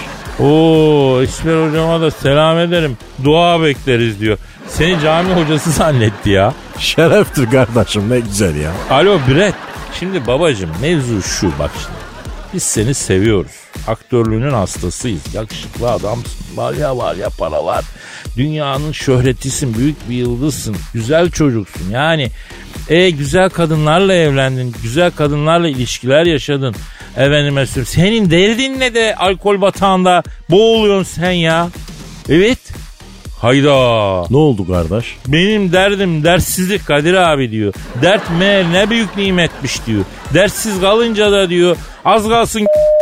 Oo, Eşber hocama da selam ederim. Dua bekleriz diyor. Seni cami hocası zannetti ya. Şereftir kardeşim, ne güzel ya. Alo Brett. Şimdi babacığım mevzu şu, bak şimdi. Biz seni seviyoruz. Aktörlüğünün hastasıyız. Yakışıklı adamsın. Balya balya para var. Dünyanın şöhretisin. Büyük bir yıldızsın. Güzel çocuksun. Yani e, güzel kadınlarla evlendin. Güzel kadınlarla ilişkiler yaşadın. Efendime söyleyeyim. Senin derdin ne de alkol batağında boğuluyorsun sen ya. Evet. Hayda. Ne oldu kardeş? Benim derdim dertsizlik Kadir abi diyor. Dert meğer ne büyük nimetmiş diyor. Dertsiz kalınca da diyor az kalsın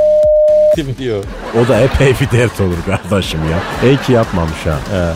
diyor. O da epey bir dert olur kardeşim ya. İyi ki yapmamış ha. He.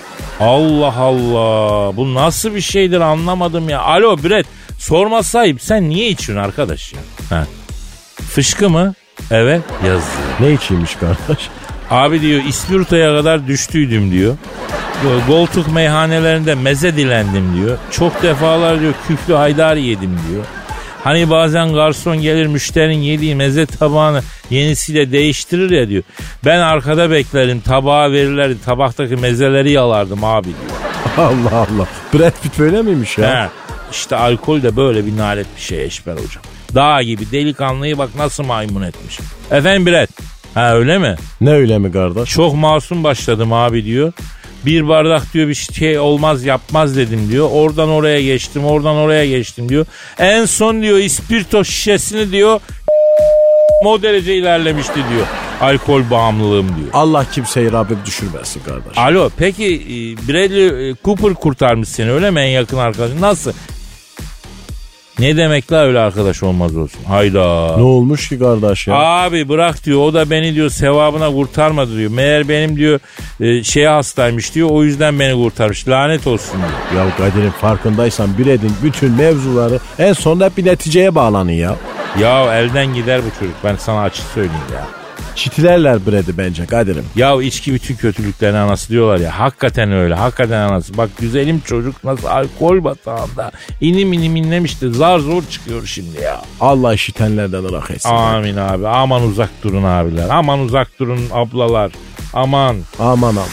Allah Allah. Bu nasıl bir şeydir anlamadım ya. Alo Brett, sorma sahip, sen niye içiyorsun arkadaş ya? He. Fışkı mı? Evet, yazıyor. Ne içiymiş kardeş? Abi diyor İspirto'ya kadar düştüydüm diyor. Koltuk meyhanelerinde meze dilendim diyor. Çok defalar diyor küflü haydari yedim diyor. Hani bazen garson gelir müşterinin yediği meze tabağını yenisiyle değiştirir ya diyor. Ben arkada beklerim, tabağa verirlerdi, tabaktaki mezeleri yalardım abi diyor. Allah Allah. Brad Pitt böyle miymiş ya? He. İşte alkol de böyle bir nalet bir şey Eşber hocam. Dağ gibi delikanlıyı bak nasıl maymun etmiş. Efendim Brett. Ha öyle mi? Ne öyle mi kardeş? Çok masum başladım abi diyor. Bir bardak diyor bir şey olmaz yapmaz dedim diyor. Oradan oraya geçtim oradan oraya geçtim diyor. En son diyor ispirto şişesini diyor o derece ilerlemişti diyor. Alkol bağımlılığım diyor. Allah kimseyi Rabbim düşürmesin kardeş. Alo peki Bradley Cooper kurtarmış seni öyle mi en yakın arkadaşın? Nasıl? Ne demek la öyle arkadaş olmaz olsun? Hayda. Ne olmuş ki kardeş ya? Abi bırak diyor o da beni diyor sevabına kurtarmadı diyor. Meğer benim diyor e, şeye hastaymış diyor o yüzden beni kurtarmış. Lanet olsun diyor. Ya Kadir'in farkındaysan Brad'in bütün mevzuları en sonunda hep bir neticeye bağlanıyor ya. Ya elden gider bu çocuk ben sana açık söyleyeyim ya. Çitilerler Brad'i bence Kadir'im. Ya içki bütün kötülüklerin anası diyorlar ya. Hakikaten öyle. Hakikaten anası. Bak güzelim çocuk nasıl alkol batağında inim inim inlemişti. Zar zor çıkıyor şimdi ya. Allah işitenlerden ırak etsin. Amin abi. Aman uzak durun abiler. Aman uzak durun ablalar. Aman. Aman aman.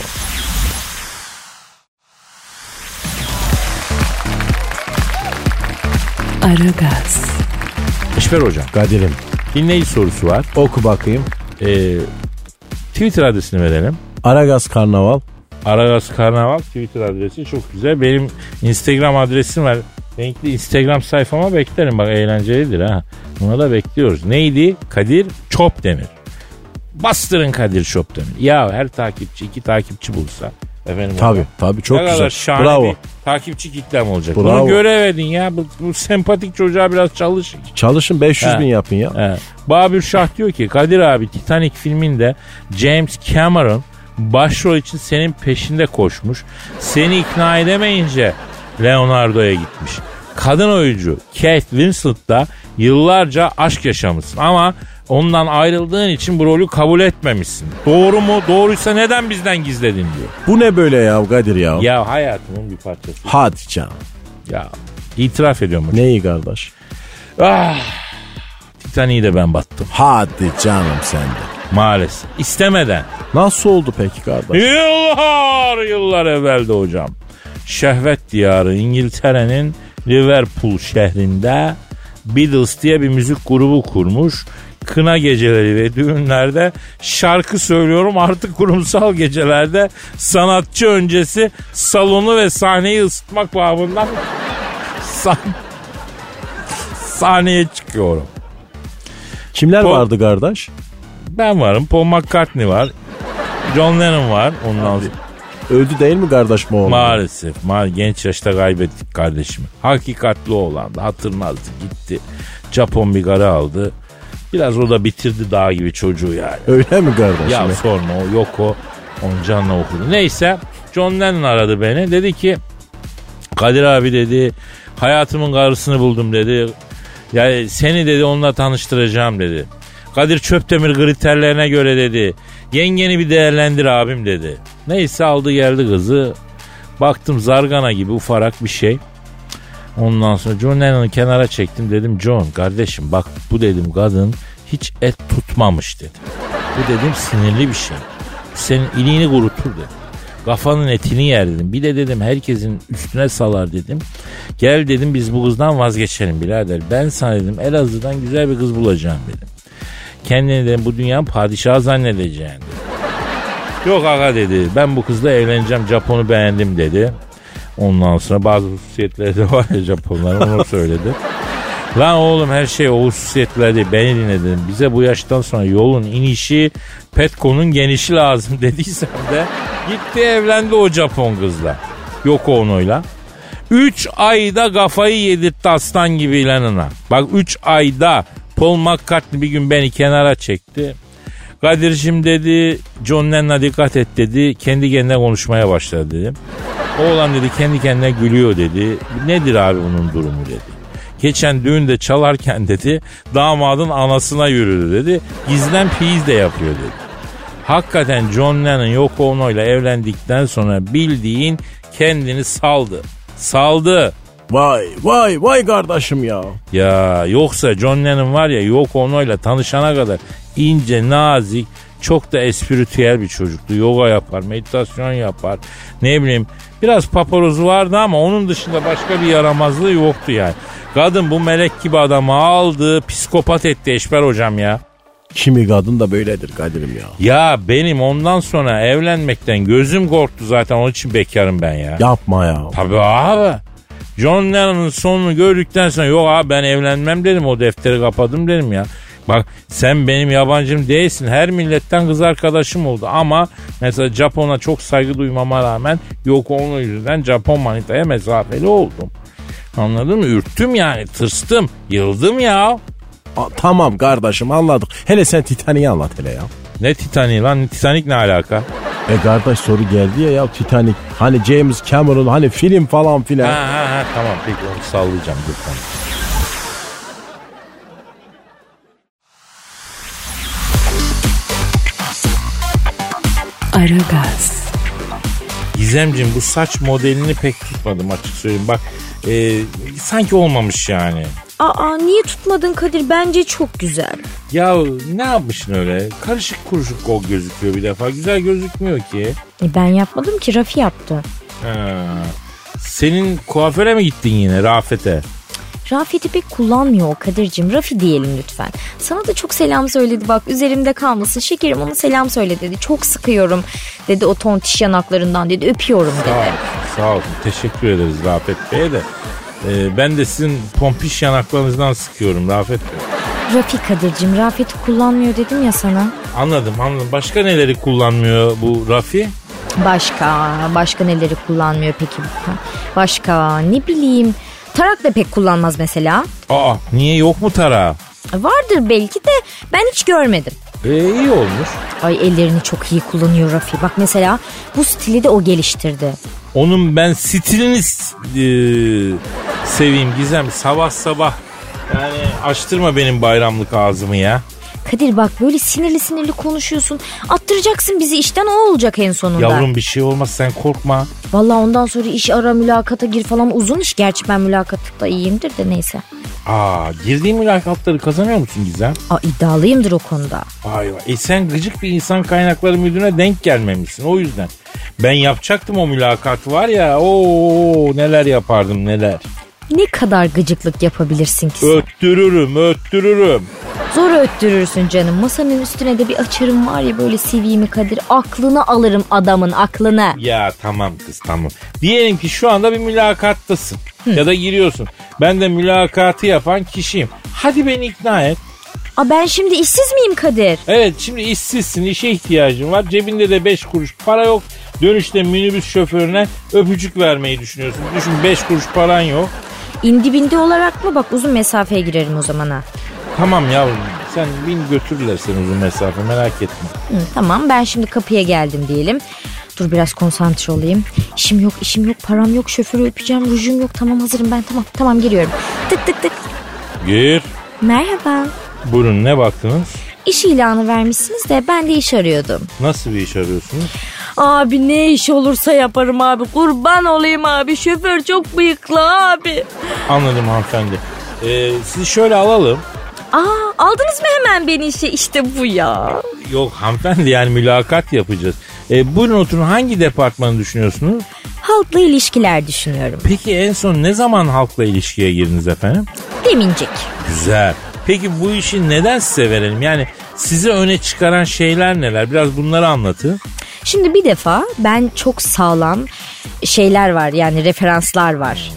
Aragaz. Eşber hocam. Kadir'im. Dinleyici sorusu var. Oku bakayım. Ee, Twitter adresini verelim. Aragaz Karnaval. Aragaz Karnaval Twitter adresi çok güzel. Benim Instagram adresim var. Renkli Instagram sayfama beklerim. Bak eğlencelidir ha. Buna da bekliyoruz. Neydi? Kadir Çopdemir. Bastırın Kadir Çopdemir. Ya her takipçi iki takipçi bulsa. Efendim Tabii tabii çok ne güzel. kadar şahane Bravo. bir takipçi kitlem olacak. Bravo. Bunu görev edin ya. Bu, bu sempatik çocuğa biraz çalış. Çalışın beş yüz He. bin yapın ya. He. Babür Şah diyor ki Kadir abi Titanic filminde James Cameron başrol için senin peşinde koşmuş. Seni ikna edemeyince Leonardo'ya gitmiş. Kadın oyuncu Kate Winslet'la yıllarca aşk yaşamışsın ama ondan ayrıldığın için bu rolü kabul etmemişsin. Doğru mu? Doğruysa neden bizden gizledin diyor. Bu ne böyle ya Kadir ya? Ya hayatımın bir parçası. Hadi canım. Ya itiraf ediyorum hocam. Neyi kardeş? Ah, Titanic'i de ben battım. Hadi canım sen de. Maalesef. İstemeden. Nasıl oldu peki kardeş? Yıllar yıllar evvelde hocam. Şehvet diyarı İngiltere'nin Liverpool şehrinde Beatles diye bir müzik grubu kurmuş. Kına geceleri ve düğünlerde şarkı söylüyorum artık kurumsal gecelerde sanatçı öncesi salonu ve sahneyi ısıtmak babından sah- sahneye çıkıyorum. Kimler Paul- vardı kardeş? Ben varım, Paul McCartney var, John Lennon var ondan sonra. Öldü değil mi kardeş Moğol? Maalesef. Ma- genç yaşta kaybettik kardeşimi. Hakikatli oğlandı. Hatırmazdı. Gitti. Japon bir karı aldı. Biraz o da bitirdi dağ gibi çocuğu yani. Öyle mi kardeş? Ya sorma o yok o. Onun canına okudu. Neyse John Lennon aradı beni. Dedi ki Kadir abi dedi hayatımın karısını buldum dedi. Yani seni dedi onunla tanıştıracağım dedi. Kadir Çöptemir kriterlerine göre dedi. Yengeni bir değerlendir abim dedi. Neyse aldı geldi kızı. Baktım zargana gibi ufarak bir şey. Ondan sonra John Lennon'ı kenara çektim. Dedim John kardeşim bak bu dedim kadın hiç et tutmamış dedim. Bu dedim sinirli bir şey. Senin iliğini kurutur dedim. Kafanın etini yer dedim. Bir de dedim herkesin üstüne salar dedim. Gel dedim biz bu kızdan vazgeçelim birader. Ben sana dedim Elazığ'dan güzel bir kız bulacağım dedim. Kendini dedim bu dünyanın padişahı zannedeceğim dedi. Yok aga dedi ben bu kızla evleneceğim Japon'u beğendim dedi. Ondan sonra bazı hususiyetleri de var ya Japonların onu söyledi. Lan oğlum her şey o hususiyetler değil beni dinle dedim. Bize bu yaştan sonra yolun inişi Petko'nun genişi lazım dediysem de gitti evlendi o Japon kızla. Yoko Ono'yla. Üç ayda kafayı yedirtti aslan gibi Lennon'a. Bak üç ayda Paul McCartney bir gün beni kenara çekti. Kadir'cim dedi John Lennon'a dikkat et dedi. Kendi kendine konuşmaya başladı dedim. Oğlan dedi kendi kendine gülüyor dedi. Nedir abi bunun durumu dedi. Geçen düğünde çalarken dedi damadın anasına yürüdü dedi. Gizlen piyiz de yapıyor dedi. Hakikaten John Lennon Yoko Ono ile evlendikten sonra bildiğin kendini saldı. Saldı. Vay vay vay kardeşim ya. Ya yoksa John Lennon var ya Yoko Ono ile tanışana kadar ince, nazik, çok da espritüel bir çocuktu. Yoga yapar, meditasyon yapar. Ne bileyim biraz paparozu vardı ama onun dışında başka bir yaramazlığı yoktu yani. Kadın bu melek gibi adamı aldı, psikopat etti Eşber hocam ya. Kimi kadın da böyledir Kadir'im ya. Ya benim ondan sonra evlenmekten gözüm korktu zaten, onun için bekarım ben ya. Yapma ya. Tabii abi. John Lennon'ın sonunu gördükten sonra yok abi ben evlenmem dedim, o defteri kapadım dedim ya. Bak sen benim yabancım değilsin, her milletten kız arkadaşım oldu ama mesela Japon'a çok saygı duymama rağmen Yoko Ono yüzünden Japon manitaya mesafeli oldum. Anladın mı? Ürktüm yani, tırstım, yıldım ya. A, tamam kardeşim anladık. Hele sen Titanic'i anlat hele ya. Ne Titanic lan? Titanic ne alaka? E kardeş soru geldi ya ya Titanic. Hani James Cameron hani film falan filan. Ha ha ha tamam peki onu sallayacağım dur tamam. Aragaz. Gizemciğim bu saç modelini pek tutmadım açık söyleyeyim. Bak e, sanki olmamış yani. Aa niye tutmadın Kadir? Bence çok güzel. Ya ne yapmışsın öyle? Karışık kuruşuk o gözüküyor bir defa. Güzel gözükmüyor ki. E, ben yapmadım ki, Rafi yaptı. Ha. Senin kuaföre mi gittin yine Rafet'e? Rafet'i pek kullanmıyor o Kadir'cim. Rafi diyelim lütfen. Sana da çok selam söyledi bak, üzerimde kalmasın. Şekerim ona selam söyle dedi. Çok sıkıyorum dedi o tontiş yanaklarından dedi. Öpüyorum dedi. Sağ olsun, sağ olsun. Teşekkür ederiz Rafet Bey'e de. Ee, ben de sizin pompiş yanaklarınızdan sıkıyorum Rafet Bey. Rafi Kadir'cim, Rafet'i kullanmıyor dedim ya sana. Anladım anladım. Başka neleri kullanmıyor bu Rafi? Başka, başka neleri kullanmıyor peki? Başka ne bileyim. Tarak da pek kullanmaz mesela. Aa niye, yok mu tarağı? Vardır belki de ben hiç görmedim. Ee, iyi olmuş. Ay ellerini çok iyi kullanıyor Rafi. Bak mesela bu stili de o geliştirdi. Onun ben stilini e, seveyim Gizem. Sabah sabah yani açtırma benim bayramlık ağzımı ya. Kadir bak böyle sinirli sinirli konuşuyorsun. Attıracaksın bizi işten, o olacak en sonunda. Yavrum bir şey olmaz sen korkma. Vallahi ondan sonra iş ara, mülakata gir falan, uzun iş. Gerçi ben mülakatta iyiyimdir de neyse. Aa girdiğin mülakatları kazanıyor musun Gizem? Aa iddialıyımdır o konuda. Vay vay. E sen gıcık bir insan kaynakları müdürüne denk gelmemişsin o yüzden. Ben yapacaktım o mülakatı var ya, ooo neler yapardım neler. Ne kadar gıcıklık yapabilirsin ki sen? Öttürürüm öttürürüm. Zor öttürürsün canım. Masanın üstüne de bir açarım var ya böyle C V'mi Kadir. Aklını alırım adamın, aklını. Ya tamam kız tamam. Diyelim ki şu anda bir mülakattasın. Hı. Ya da giriyorsun. Ben de mülakatı yapan kişiyim. Hadi beni ikna et. Aa, ben şimdi işsiz miyim Kadir? Evet şimdi işsizsin, işe ihtiyacın var. Cebinde de beş kuruş para yok. Dönüşte minibüs şoförüne öpücük vermeyi düşünüyorsun. Düşün beş kuruş paran yok. İndi bindi olarak mı? Bak uzun mesafeye girerim o zaman ha. Tamam yavrum sen bin götürürler seni uzun mesafe, merak etme. Hı, tamam ben şimdi kapıya geldim diyelim. Dur biraz konsantre olayım. İşim yok işim yok param yok, şoförü öpeceğim, rujum yok, tamam hazırım ben, tamam tamam giriyorum. Tık tık tık. Gir. Merhaba. Buyurun ne baktınız? İş ilanı vermişsiniz de ben de iş arıyordum. Nasıl bir iş arıyorsunuz? Abi ne iş olursa yaparım abi, kurban olayım abi, şoför çok bıyıklı abi. Anladım hanımefendi. Ee, sizi şöyle alalım. Aa aldınız mı hemen beni işe, işte bu ya. Yok hanımefendi yani mülakat yapacağız. Ee, buyurun oturun, hangi departmanı düşünüyorsunuz? Halkla ilişkiler düşünüyorum. Peki en son ne zaman halkla ilişkiye girdiniz efendim? Demincik. Güzel. Peki bu işi neden size verelim? Yani sizi öne çıkaran şeyler neler? Biraz bunları anlatın. Şimdi bir defa ben çok sağlam şeyler var, yani referanslar var.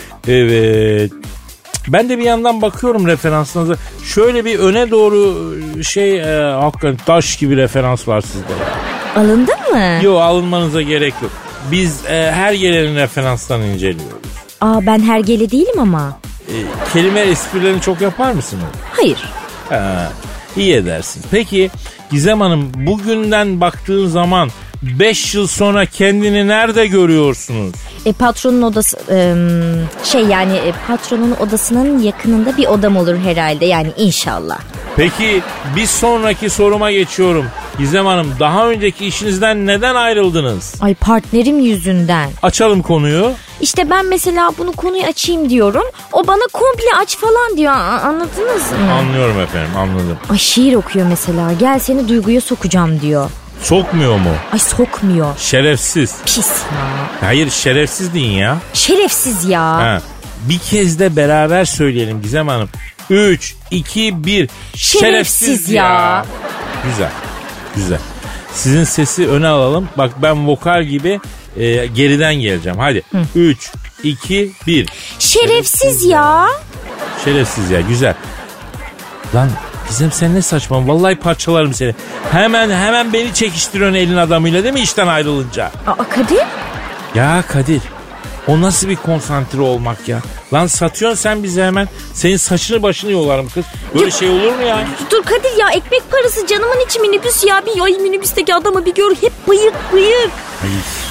Evet. Ben de bir yandan bakıyorum referanslarınıza. Şöyle bir öne doğru şey e, hakikaten taş gibi referans var sizde. Alındın mı? Yok alınmanıza gerek yok. Biz e, her gelenin referanslarını inceliyoruz. Aa ben hergele değilim ama. E, kelime esprilerini çok yapar mısınız? Hayır. Ha, iyi edersin. Peki Gizem Hanım bugünden baktığın zaman beş yıl sonra kendini nerede görüyorsunuz? E, patronun odası e, şey yani e, patronun odasının yakınında bir odam olur herhalde, yani inşallah. Peki bir sonraki soruma geçiyorum. Gizem Hanım daha önceki işinizden neden ayrıldınız? Ay partnerim yüzünden. Açalım konuyu. İşte ben mesela bunu konuyu açayım diyorum. O bana komple aç falan diyor. A- anladınız mı? Anlıyorum efendim, anladım. Ay şiir okuyor mesela. Gel seni duyguya sokacağım diyor. Sokmuyor mu? Ay sokmuyor. Şerefsiz. Pis ya. Hayır, şerefsiz deyin ya. Şerefsiz ya. Ha. Bir kez de beraber söyleyelim Gizem Hanım. üç, iki, bir. Şerefsiz ya. Güzel. Güzel. Sizin sesi öne alalım. Bak ben vokal gibi e, geriden geleceğim. Hadi. üç, iki, bir. Şerefsiz ya. Şerefsiz ya. Güzel. Lan Gizem sen ne saçma. Vallahi parçalarım seni. Hemen hemen beni çekiştiriyorsun elin adamıyla değil mi işten ayrılınca? Aa Kadir. Ya Kadir. O nasıl bir konsantre olmak ya? Lan satıyorsun sen bize hemen. Senin saçını başını yolarım kız. Böyle şey olur mu ya? Dur Kadir ya, ekmek parası canımın içi minibüs ya. Bir ay minibüsteki adamı bir gör, hep bıyık bıyık. Ay,